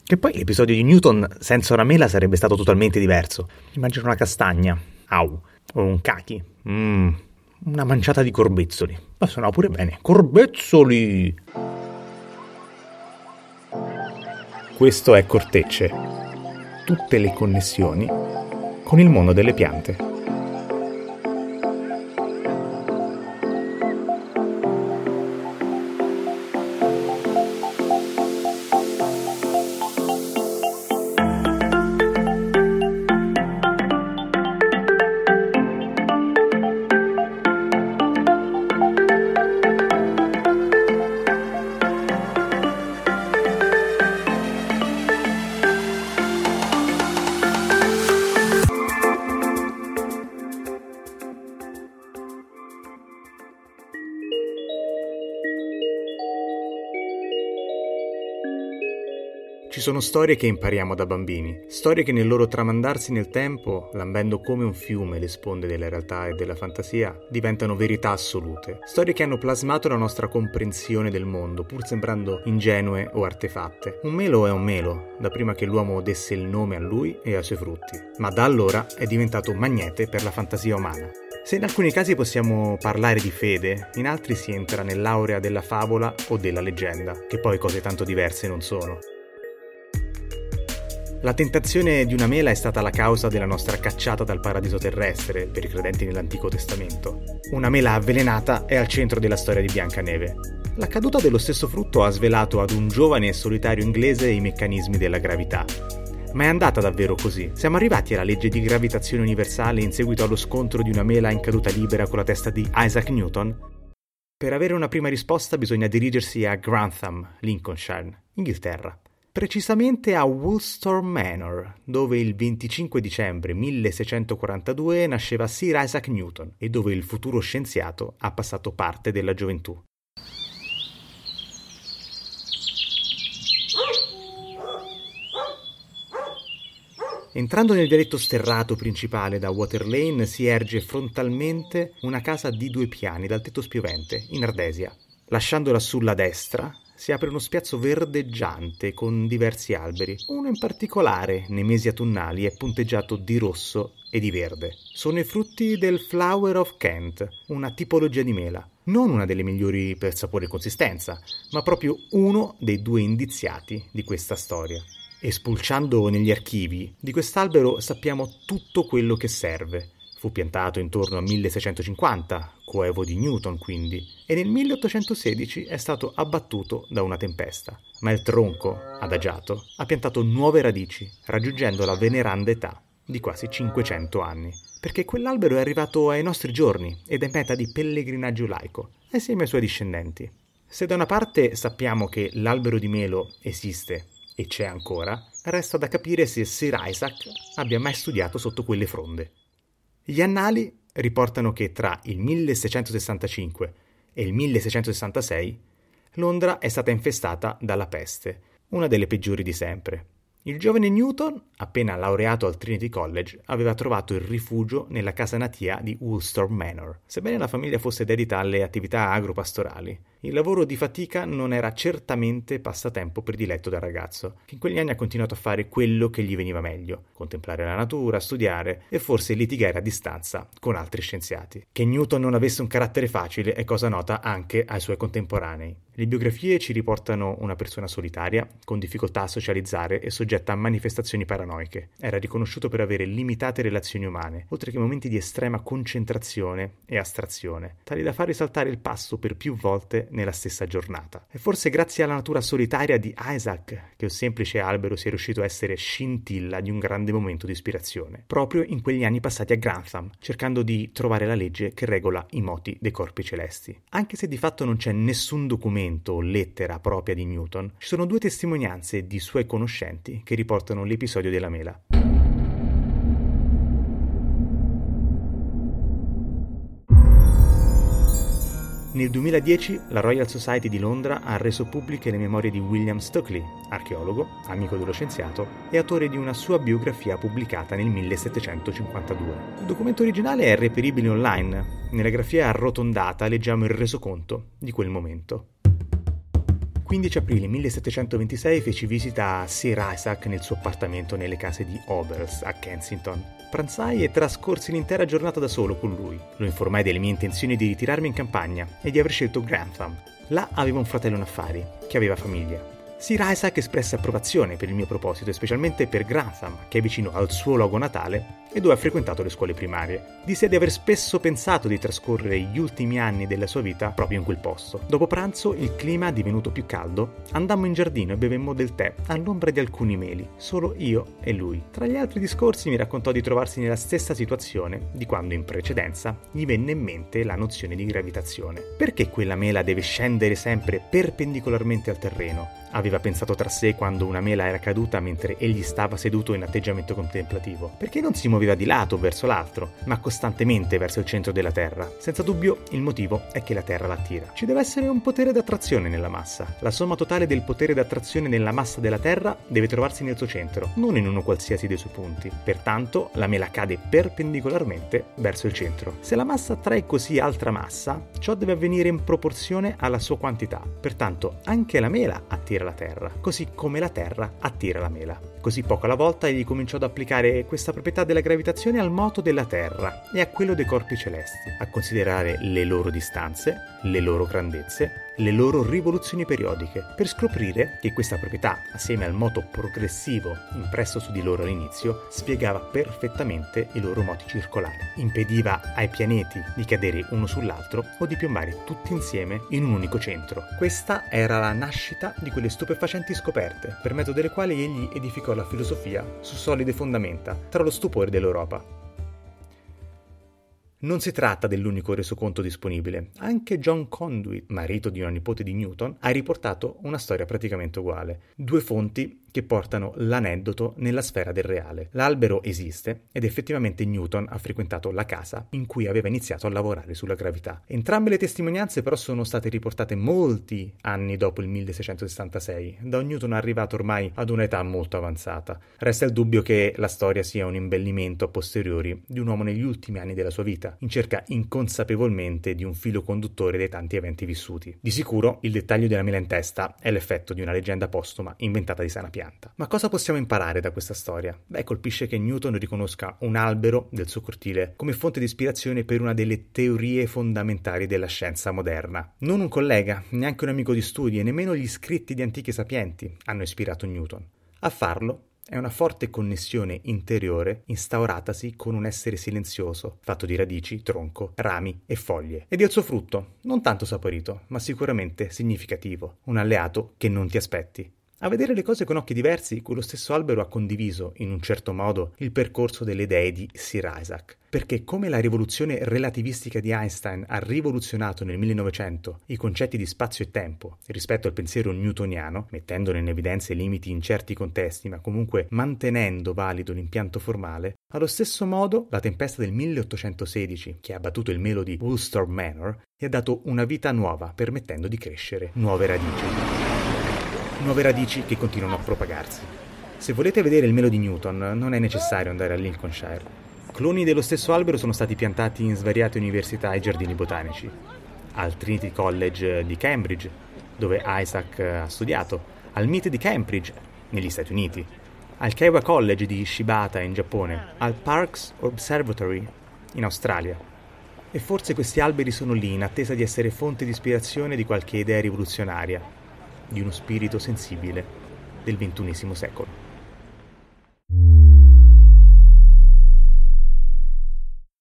Che poi l'episodio di Newton senza una mela sarebbe stato totalmente diverso. Immagino una castagna, au, o un cachi, una manciata di corbezzoli. Ma suonava pure bene, corbezzoli! Questo è Cortecce, tutte le connessioni con il mondo delle piante. Ci sono storie che impariamo da bambini, storie che nel loro tramandarsi nel tempo, lambendo come un fiume le sponde della realtà e della fantasia, diventano verità assolute. Storie che hanno plasmato la nostra comprensione del mondo, pur sembrando ingenue o artefatte. Un melo è un melo, da prima che l'uomo desse il nome a lui e ai suoi frutti, ma da allora è diventato magnete per la fantasia umana. Se in alcuni casi possiamo parlare di fede, in altri si entra nell'aurea della favola o della leggenda, che poi cose tanto diverse non sono. La tentazione di una mela è stata la causa della nostra cacciata dal paradiso terrestre per i credenti nell'Antico Testamento. Una mela avvelenata è al centro della storia di Biancaneve. La caduta dello stesso frutto ha svelato ad un giovane e solitario inglese i meccanismi della gravità. Ma è andata davvero così? Siamo arrivati alla legge di gravitazione universale in seguito allo scontro di una mela in caduta libera con la testa di Isaac Newton? Per avere una prima risposta bisogna dirigersi a Grantham, Lincolnshire, Inghilterra. Precisamente a Woolsthorpe Manor, dove il 25 dicembre 1642 nasceva Sir Isaac Newton e dove il futuro scienziato ha passato parte della gioventù. Entrando nel vialetto sterrato principale da Water Lane si erge frontalmente una casa di 2 piani dal tetto spiovente, in ardesia. Lasciandola sulla destra si apre uno spiazzo verdeggiante con diversi alberi. Uno in particolare, nei mesi autunnali, è punteggiato di rosso e di verde. Sono i frutti del Flower of Kent, una tipologia di mela. Non una delle migliori per sapore e consistenza, ma proprio uno dei 2 indiziati di questa storia. E spulciando negli archivi di quest'albero sappiamo tutto quello che serve. Fu piantato intorno al 1650, coevo di Newton quindi, e nel 1816 è stato abbattuto da una tempesta. Ma il tronco, adagiato, ha piantato nuove radici, raggiungendo la veneranda età di quasi 500 anni. Perché quell'albero è arrivato ai nostri giorni ed è meta di pellegrinaggio laico, assieme ai suoi discendenti. Se da una parte sappiamo che l'albero di melo esiste e c'è ancora, resta da capire se Sir Isaac abbia mai studiato sotto quelle fronde. Gli annali riportano che tra il 1665 e il 1666 Londra è stata infestata dalla peste, una delle peggiori di sempre. Il giovane Newton, appena laureato al Trinity College, aveva trovato il rifugio nella casa natia di Woolsthorpe Manor, sebbene la famiglia fosse dedita alle attività agropastorali. Il lavoro di fatica non era certamente passatempo prediletto dal ragazzo, che in quegli anni ha continuato a fare quello che gli veniva meglio, contemplare la natura, studiare e forse litigare a distanza con altri scienziati. Che Newton non avesse un carattere facile è cosa nota anche ai suoi contemporanei. Le biografie ci riportano una persona solitaria, con difficoltà a socializzare e soggetta a manifestazioni paranoiche. Era riconosciuto per avere limitate relazioni umane, oltre che momenti di estrema concentrazione e astrazione, tali da far risaltare il passo per più volte nella stessa giornata. È forse grazie alla natura solitaria di Isaac che un semplice albero sia riuscito a essere scintilla di un grande momento di ispirazione, proprio in quegli anni passati a Grantham, cercando di trovare la legge che regola i moti dei corpi celesti. Anche se di fatto non c'è nessun documento o lettera propria di Newton, ci sono 2 testimonianze di suoi conoscenti che riportano l'episodio della mela. Nel 2010 la Royal Society di Londra ha reso pubbliche le memorie di William Stokely, archeologo, amico dello scienziato e autore di una sua biografia pubblicata nel 1752. Il documento originale è reperibile online. Nella grafia arrotondata leggiamo il resoconto di quel momento. 15 aprile 1726 feci visita a Sir Isaac nel suo appartamento nelle case di Oberst a Kensington. Pranzai e trascorsi l'intera giornata da solo con lui. Lo informai delle mie intenzioni di ritirarmi in campagna e di aver scelto Grantham. Là aveva un fratello in affari, che aveva famiglia. Sir Isaac espresse approvazione per il mio proposito e specialmente per Grantham, che è vicino al suo luogo natale e dove ha frequentato le scuole primarie. Disse di aver spesso pensato di trascorrere gli ultimi anni della sua vita proprio in quel posto. Dopo pranzo, il clima divenuto più caldo, andammo in giardino e bevemmo del tè all'ombra di alcuni meli, solo io e lui. Tra gli altri discorsi mi raccontò di trovarsi nella stessa situazione di quando in precedenza gli venne in mente la nozione di gravitazione. Perché quella mela deve scendere sempre perpendicolarmente al terreno? Aveva pensato tra sé quando una mela era caduta mentre egli stava seduto in atteggiamento contemplativo. Perché non si muoveva di lato o verso l'altro, ma costantemente verso il centro della Terra? Senza dubbio il motivo è che la Terra l'attira. Ci deve essere un potere d'attrazione nella massa. La somma totale del potere d'attrazione nella massa della Terra deve trovarsi nel suo centro, non in uno qualsiasi dei suoi punti. Pertanto la mela cade perpendicolarmente verso il centro. Se la massa attrae così altra massa, ciò deve avvenire in proporzione alla sua quantità. Pertanto anche la mela attira la Terra, così come la Terra attira la mela. Così poco alla volta egli cominciò ad applicare questa proprietà della gravitazione al moto della Terra e a quello dei corpi celesti, a considerare le loro distanze, le loro grandezze, le loro rivoluzioni periodiche, per scoprire che questa proprietà, assieme al moto progressivo impresso su di loro all'inizio, spiegava perfettamente i loro moti circolari, impediva ai pianeti di cadere uno sull'altro o di piombare tutti insieme in un unico centro. Questa era la nascita di quelle stupefacenti scoperte, per mezzo delle quali egli edificò la filosofia su solide fondamenta, tra lo stupore dell'Europa. Non si tratta dell'unico resoconto disponibile. Anche John Conduit, marito di una nipote di Newton, ha riportato una storia praticamente uguale. Due fonti che portano l'aneddoto nella sfera del reale. L'albero esiste ed effettivamente Newton ha frequentato la casa in cui aveva iniziato a lavorare sulla gravità. Entrambe le testimonianze però sono state riportate molti anni dopo il 1666, da un Newton arrivato ormai ad un'età molto avanzata. Resta il dubbio che la storia sia un imbellimento a posteriori di un uomo negli ultimi anni della sua vita, in cerca inconsapevolmente di un filo conduttore dei tanti eventi vissuti. Di sicuro il dettaglio della mela in testa è l'effetto di una leggenda postuma inventata di sana pianta. Ma cosa possiamo imparare da questa storia? Beh, colpisce che Newton riconosca un albero del suo cortile come fonte di ispirazione per una delle teorie fondamentali della scienza moderna. Non un collega, neanche un amico di studi e nemmeno gli scritti di antichi sapienti hanno ispirato Newton. A farlo è una forte connessione interiore instauratasi con un essere silenzioso, fatto di radici, tronco, rami e foglie. Ed è il suo frutto, non tanto saporito, ma sicuramente significativo, un alleato che non ti aspetti. A vedere le cose con occhi diversi, quello stesso albero ha condiviso, in un certo modo, il percorso delle idee di Sir Isaac. Perché come la rivoluzione relativistica di Einstein ha rivoluzionato nel 1900 i concetti di spazio e tempo rispetto al pensiero newtoniano, mettendone in evidenza i limiti in certi contesti, ma comunque mantenendo valido l'impianto formale, allo stesso modo la tempesta del 1816, che ha abbattuto il melo di Woolsthorpe Manor, gli ha dato una vita nuova, permettendo di crescere nuove radici. Nuove radici che continuano a propagarsi. Se volete vedere il melo di Newton, non è necessario andare a Lincolnshire. Cloni dello stesso albero sono stati piantati in svariate università e giardini botanici. Al Trinity College di Cambridge, dove Isaac ha studiato, al MIT di Cambridge, negli Stati Uniti, al Keiwa College di Shibata in Giappone, al Parkes Observatory in Australia. E forse questi alberi sono lì in attesa di essere fonte di ispirazione di qualche idea rivoluzionaria, di uno spirito sensibile del XXI secolo.